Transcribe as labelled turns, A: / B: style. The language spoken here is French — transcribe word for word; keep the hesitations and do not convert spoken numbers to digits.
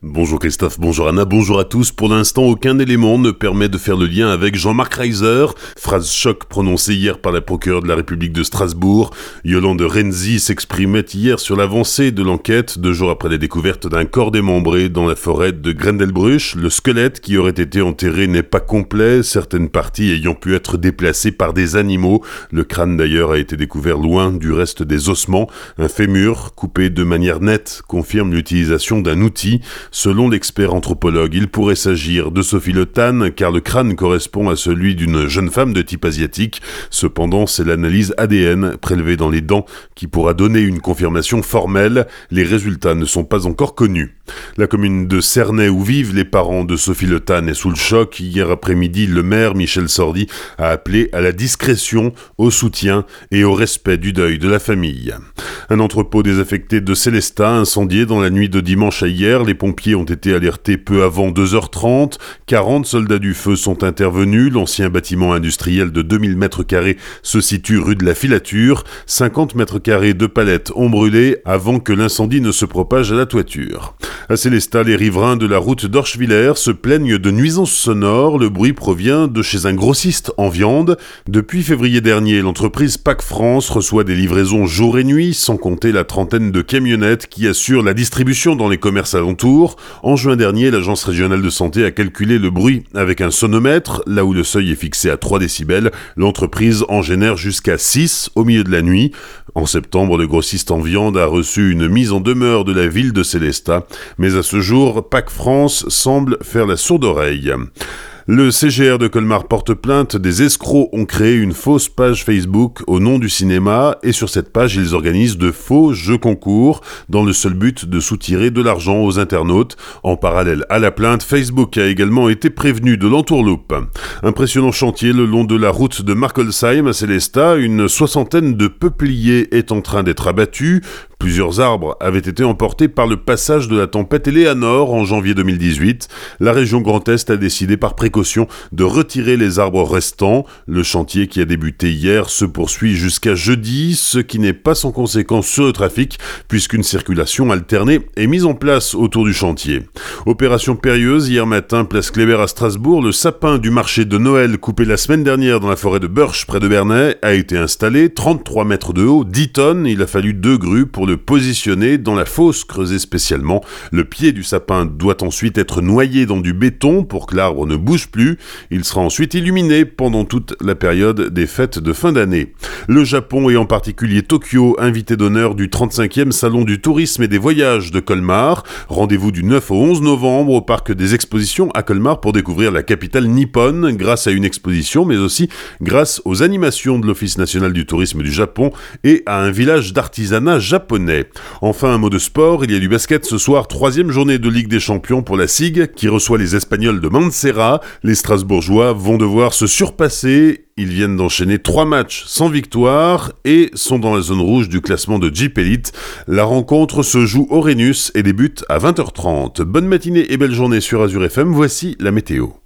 A: Bonjour Christophe, bonjour Anna, bonjour à tous. Pour l'instant, aucun élément ne permet de faire le lien avec Jean-Marc Reiser. Phrase choc prononcée hier par la procureure de la République de Strasbourg. Yolande Renzi s'exprimait hier sur l'avancée de l'enquête, deux jours après la découverte d'un corps démembré dans la forêt de Grendelbruch. Le squelette qui aurait été enterré n'est pas complet, certaines parties ayant pu être déplacées par des animaux. Le crâne d'ailleurs a été découvert loin du reste des ossements. Un fémur, coupé de manière nette, confirme l'utilisation d'un outil. Selon l'expert anthropologue, il pourrait s'agir de Sophie Le Tan, car le crâne correspond à celui d'une jeune femme de type asiatique. Cependant, c'est l'analyse A D N prélevée dans les dents qui pourra donner une confirmation formelle. Les résultats ne sont pas encore connus. La commune de Cernay, où vivent les parents de Sophie Le Tan, est sous le choc. Hier après-midi, le maire Michel Sordi a appelé à la discrétion, au soutien et au respect du deuil de la famille. Un entrepôt désaffecté de Célestat, incendié dans la nuit de dimanche à hier. Les pompiers ont été alertés peu avant deux heures trente. quarante soldats du feu sont intervenus. L'ancien bâtiment industriel de deux mille mètres carrés se situe rue de la Filature. cinquante mètres carrés de palettes ont brûlé avant que l'incendie ne se propage à la toiture. À Célestat, les riverains de la route d'Orschwiller se plaignent de nuisances sonores. Le bruit provient de chez un grossiste en viande. Depuis février dernier, l'entreprise Pack France reçoit des livraisons jour et nuit, sans compter la trentaine de camionnettes qui assurent la distribution dans les commerces alentours. En juin dernier, l'agence régionale de santé a calculé le bruit avec un sonomètre. Là où le seuil est fixé à trois décibels, l'entreprise en génère jusqu'à six au milieu de la nuit. En septembre, le grossiste en viande a reçu une mise en demeure de la ville de Célestat. Mais à ce jour, Pack France semble faire la sourde oreille. Le C G R de Colmar porte plainte. Des escrocs ont créé une fausse page Facebook au nom du cinéma et sur cette page, ils organisent de faux jeux concours dans le seul but de soutirer de l'argent aux internautes. En parallèle à la plainte, Facebook a également été prévenu de l'entourloupe. Impressionnant chantier le long de la route de Markolsheim à Célestat. Une soixantaine de peupliers est en train d'être abattus. Plusieurs arbres avaient été emportés par le passage de la tempête Eleanor en janvier deux mille dix-huit. La région Grand Est a décidé par précaution de retirer les arbres restants. Le chantier qui a débuté hier se poursuit jusqu'à jeudi, ce qui n'est pas sans conséquence sur le trafic puisqu'une circulation alternée est mise en place autour du chantier. Opération périlleuse hier matin, place Kléber à Strasbourg. Le sapin du marché de Noël coupé la semaine dernière dans la forêt de Burch près de Bernay a été installé. trente-trois mètres de haut, dix tonnes. Il a fallu deux grues pour le positionner dans la fosse creusée spécialement. Le pied du sapin doit ensuite être noyé dans du béton pour que l'arbre ne bouge plus. Il sera ensuite illuminé pendant toute la période des fêtes de fin d'année. Le Japon et en particulier Tokyo, invité d'honneur du trente-cinquième Salon du tourisme et des voyages de Colmar. Rendez-vous du neuf au onze novembre au parc des expositions à Colmar pour découvrir la capitale nippone grâce à une exposition mais aussi grâce aux animations de l'Office national du tourisme du Japon et à un village d'artisanat japonais. Enfin, un mot de sport, il y a du basket ce soir, troisième journée de Ligue des Champions pour la S I G qui reçoit les Espagnols de Mancera. Les Strasbourgeois vont devoir se surpasser. Ils viennent d'enchaîner trois matchs sans victoire et sont dans la zone rouge du classement de Jeep Elite. La rencontre se joue au Rhenus et débute à vingt heures trente. Bonne matinée et belle journée sur Azure F M, voici la météo.